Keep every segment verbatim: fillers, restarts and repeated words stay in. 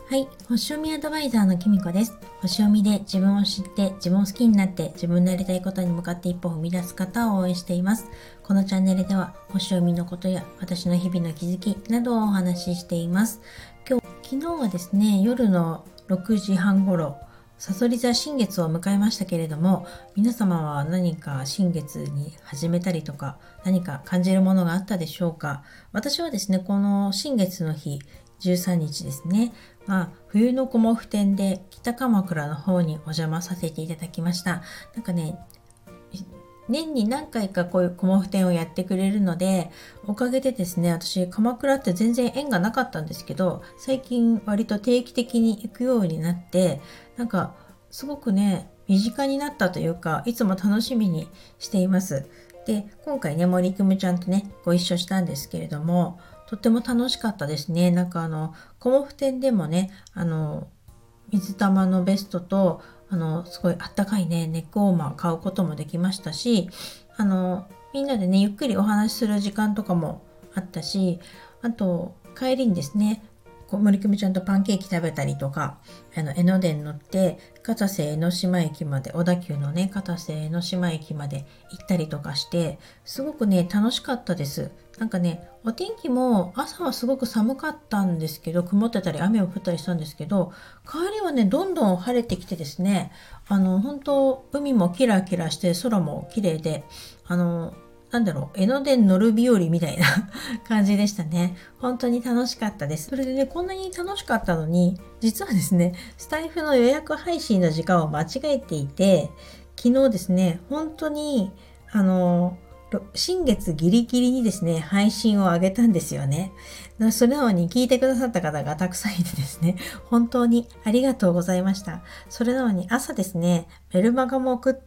はい、星読みアドバイザーのきみこです。星読みで自分を知って自分を好きになって自分のやりたいことに向かって一歩踏み出す方を応援しています。このチャンネルでは星読みのことや私の日々の気づきなどをお話ししています。今日、昨日はですね、夜のろくじはん頃、さそり座新月を迎えましたけれども、皆様は何か新月に始めたりとか何か感じるものがあったでしょうか。私はですね、この新月の日じゅうさんにちですね、まあ、冬のコモフ展で北鎌倉の方にお邪魔させていただきました。なんかね、年に何回かこういうコモフ展をやってくれるので、おかげでですね、私鎌倉って全然縁がなかったんですけど、最近割と定期的に行くようになって、なんかすごくね、身近になったというか、いつも楽しみにしています。で、今回ね、森久美ちゃんとね、ご一緒したんですけれども、とっても楽しかったですね。なんかあの、コモフ展でもね、あの、水玉のベストと、あの、すごいあったかいね、ネックウォーマー買うこともできましたし、あの、みんなでね、ゆっくりお話しする時間とかもあったし、あと、帰りにですね、こう森久美ちゃんとパンケーキ食べたりとか、あの江ノ電乗って片瀬江ノ島駅まで、小田急のね片瀬江ノ島駅まで行ったりとかして、すごくね楽しかったです。なんかね、お天気も朝はすごく寒かったんですけど、曇ってたり雨も降ったりしたんですけど、帰りはねどんどん晴れてきてですね、あの本当海もキラキラして空も綺麗で、あのなんだろう、江ノ電乗る日和みたいな感じでしたね。本当に楽しかったです。それでね、こんなに楽しかったのに、実はですね、スタイフの予約配信の時間を間違えていて、昨日ですね、本当に、あの、新月ギリギリにですね、配信を上げたんですよね。それなのに聞いてくださった方がたくさんいてですね、本当にありがとうございました。それなのに朝ですね、メルマガも送って、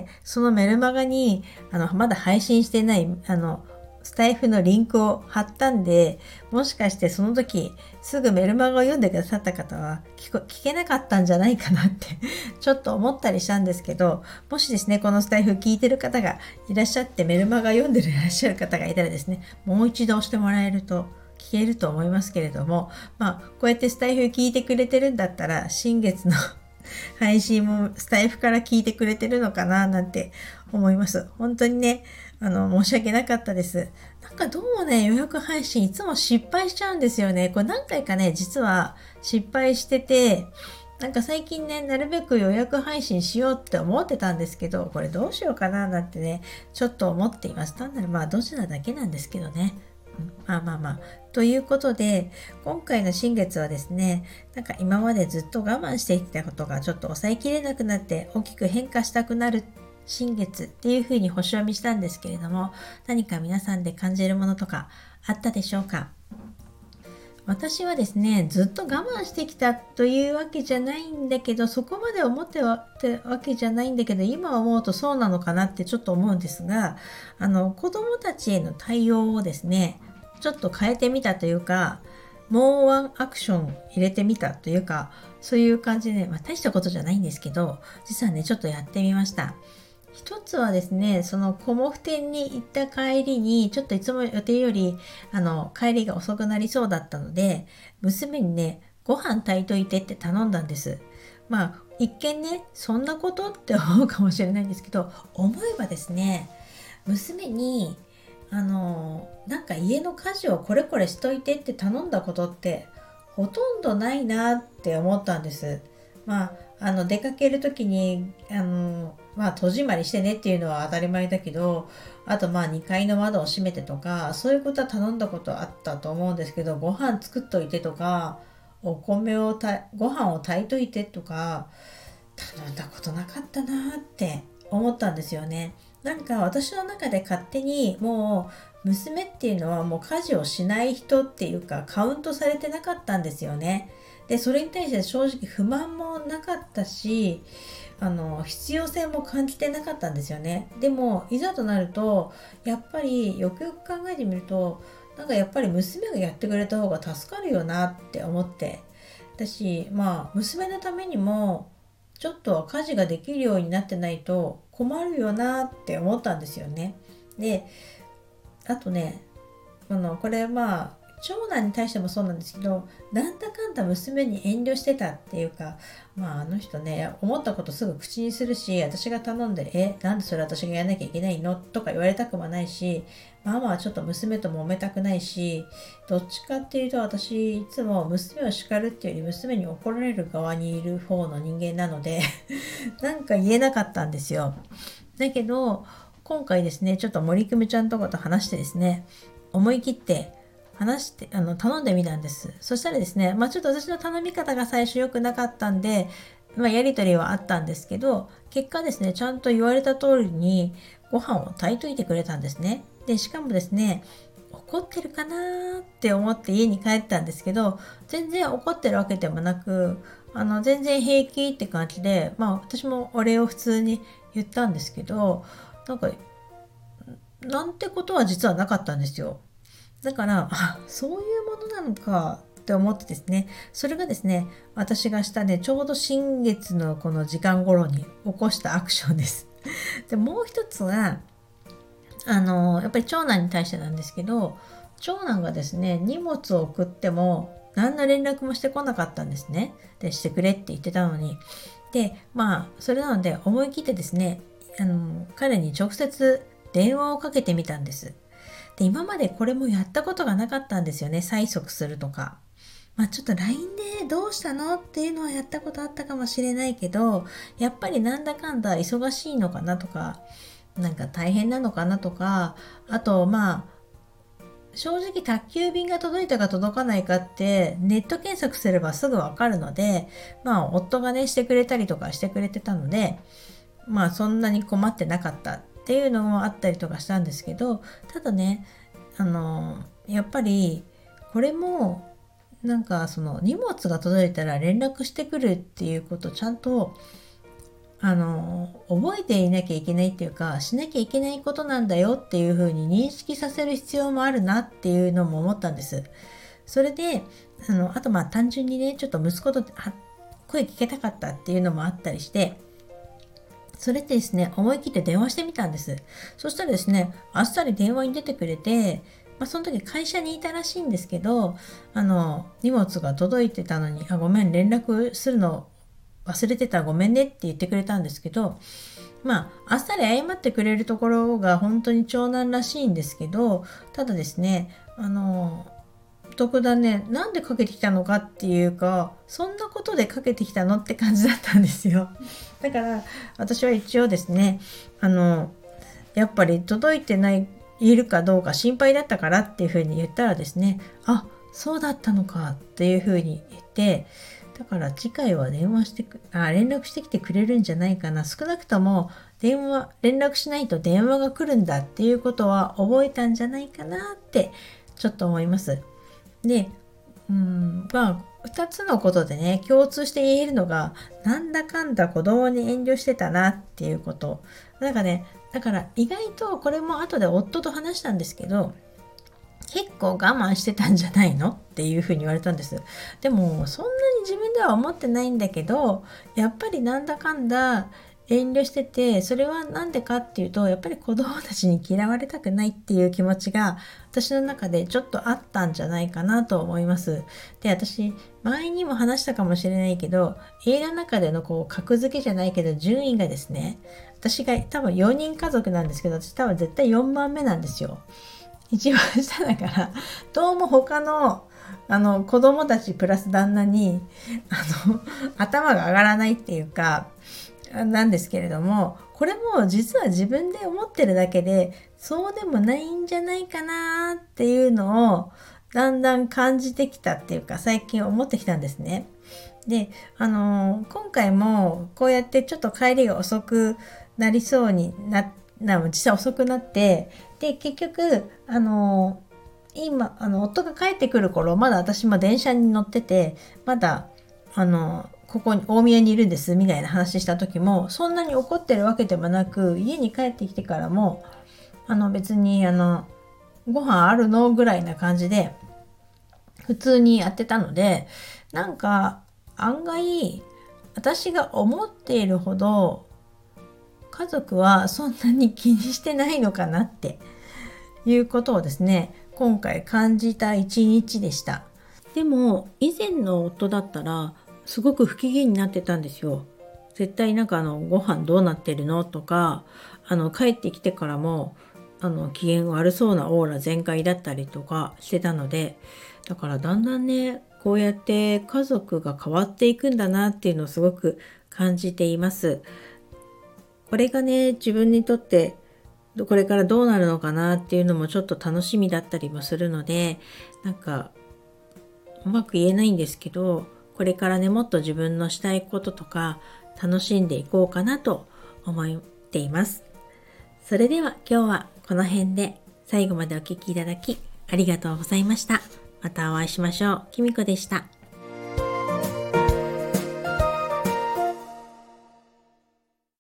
そのメルマガに、あの、まだ配信してない、あの、スタイフのリンクを貼ったんで、もしかしてその時すぐメルマガを読んでくださった方は 聞, 聞けなかったんじゃないかなってちょっと思ったりしたんですけど、もしですね、このスタイフ聞いてる方がいらっしゃってメルマガ読んでいらっしゃる方がいたらですね、もう一度押してもらえると聞けると思いますけれども、まあこうやってスタイフ聞いてくれてるんだったら、新月の配信もスタイフから聞いてくれてるのかななんて思います。本当にね、あの申し訳なかったです。なんかどうもね、予約配信いつも失敗しちゃうんですよね。これ何回かね、実は失敗してて、なんか最近ね、なるべく予約配信しようって思ってたんですけど、これどうしようかななんてね、ちょっと思っています。単なるまあどちらだけなんですけどね。まあまあまあ。ということで、今回の新月はですね、なんか今までずっと我慢していたことがちょっと抑えきれなくなって大きく変化したくなる新月っていう風に星読みしたんですけれども、何か皆さんで感じるものとかあったでしょうか？私はですね、ずっと我慢してきたというわけじゃないんだけど、そこまで思ってはってわけじゃないんだけど、今思うとそうなのかなってちょっと思うんですが、あの子供たちへの対応をですね、ちょっと変えてみたというか、もうワンアクション入れてみたというか、そういう感じで、まあ、大したことじゃないんですけど、実はねちょっとやってみました。一つはですね、そのコモフ展に行った帰りに、ちょっといつも予定よりあの帰りが遅くなりそうだったので、娘にね、ご飯炊いといてって頼んだんです。まあ一見ね、そんなことって思うかもしれないんですけど、思えばですね、娘にあのなんか家の家事をこれこれしといてって頼んだことってほとんどないなって思ったんです。まああの出かける時にあのまあ戸締まりしてねっていうのは当たり前だけど、あとまあにかいの窓を閉めてとか、そういうことは頼んだことあったと思うんですけど、ご飯作っといてとか、お米をたご飯を炊いといてとか頼んだことなかったなって思ったんですよね。なんか私の中で勝手にもう娘っていうのはもう家事をしない人っていうかカウントされてなかったんですよね。でそれに対して正直不満もなかったし、あの必要性も感じてなかったんですよね。でもいざとなるとやっぱりよくよく考えてみると、なんかやっぱり娘がやってくれた方が助かるよなって思って、私まあ娘のためにもちょっと家事ができるようになってないと困るよなって思ったんですよね。で、あとね、あのこれまあ長男に対してもそうなんですけど、なんだかんだ娘に遠慮してたっていうか、まああの人ね、思ったことすぐ口にするし、私が頼んで、え、なんでそれ私がやらなきゃいけないのとか言われたくもないし、ママはちょっと娘と揉めたくないし、どっちかっていうと私いつも娘を叱るっていうより娘に怒られる側にいる方の人間なのでなんか言えなかったんですよ。だけど今回ですね、ちょっと森久美ちゃんとこと話してですね、思い切って話してあの頼んでみたんです。そしたらですね、まあちょっと私の頼み方が最初良くなかったんで、まあ、やり取りはあったんですけど、結果ですね、ちゃんと言われた通りにご飯を炊いといてくれたんですね。でしかもですね、怒ってるかなーって思って家に帰ったんですけど、全然怒ってるわけでもなく、あの全然平気って感じで、まあ私もお礼を普通に言ったんですけど、なんかなんてことは実はなかったんですよ。だからあ、そういうものなのかって思ってですね、それがですね、私がしたね、ちょうど新月のこの時間頃に起こしたアクションです。でもう一つはあのやっぱり長男に対してなんですけど、長男がですね、荷物を送っても何の連絡もしてこなかったんですね。でしてくれって言ってたのに、でまあそれなので思い切ってですね、あの彼に直接電話をかけてみたんです。で今までこれもやったことがなかったんですよね、催促するとか。まあちょっと ライン でどうしたのっていうのはやったことあったかもしれないけど、やっぱりなんだかんだ忙しいのかなとか、なんか大変なのかなとか、あとまあ正直宅急便が届いたか届かないかってネット検索すればすぐわかるので、まあ夫がねしてくれたりとかしてくれてたので、まあそんなに困ってなかったっていうのもあったりとかしたんですけど、ただね、あのやっぱりこれもなんかその荷物が届いたら連絡してくるっていうことをちゃんとあの覚えていなきゃいけないっていうか、しなきゃいけないことなんだよっていう風に認識させる必要もあるなっていうのも思ったんです。それであのあとまあ単純にね、ちょっと息子と声聞けたかったっていうのもあったりして、それってですね、思い切って電話してみたんです。そしたらですね、あっさり電話に出てくれて、まあ、その時会社にいたらしいんですけど、あの荷物が届いてたのに、あごめん連絡するの忘れてたごめんねって言ってくれたんですけど、まああっさり謝ってくれるところが本当に長男らしいんですけど、ただですね、あの特段ね、なんでかけてきたのかっていうか、そんなことでかけてきたのって感じだったんですよ。だから私は一応ですね、あのやっぱり届いてないいるかどうか心配だったからっていうふうに言ったらですね、あ、そうだったのかっていうふうに言って、だから次回は電話してくあ連絡してきてくれるんじゃないかな、少なくとも電話連絡しないと電話が来るんだっていうことは覚えたんじゃないかなってちょっと思います。で、うん、まあふたつのことでね、共通して言えるのが、なんだかんだ子供に遠慮してたなっていうこと。なんかね、だから意外とこれも後で夫と話したんですけど、結構我慢してたんじゃないのっていうふうに言われたんです。でもそんなに自分では思ってないんだけど、やっぱりなんだかんだ遠慮してて、それはなんでかっていうと、やっぱり子供たちに嫌われたくないっていう気持ちが私の中でちょっとあったんじゃないかなと思います。で、私前にも話したかもしれないけど、映画の中でのこう格付けじゃないけど順位がですね、私が多分よにん家族なんですけど、私多分絶対よんばんめなんですよ。一番下だから、どうも他のあの子供たちプラス旦那にあの頭が上がらないっていうかなんですけれども、これも実は自分で思ってるだけでそうでもないんじゃないかなっていうのをだんだん感じてきたっていうか、最近思ってきたんですね。で、あの今回もこうやってちょっと帰りが遅くなりそうになな実際遅くなって、で結局あの今あの夫が帰ってくる頃、まだ私も電車に乗ってて、まだあのここに大宮にいるんですみたいな話した時も、そんなに怒ってるわけでもなく、家に帰ってきてからもあの別にあのご飯あるのぐらいな感じで普通にやってたので、なんか案外私が思っているほど家族はそんなに気にしてないのかなっていうことをですね、 今回感じた一日でした。でも以前の夫だったらすごく不機嫌になってたんですよ。絶対なんかあのご飯どうなってるのとか、あの帰ってきてからもあの機嫌悪そうなオーラ全開だったりとかしてたので、だからだんだんねこうやって家族が変わっていくんだなっていうのをすごく感じています。これがね自分にとってこれからどうなるのかなっていうのもちょっと楽しみだったりもするので、なんかうまく言えないんですけど、これからねもっと自分のしたいこととか楽しんでいこうかなと思っています。それでは今日はこの辺で、最後までお聞きいただきありがとうございました。またお会いしましょう。きみこでした。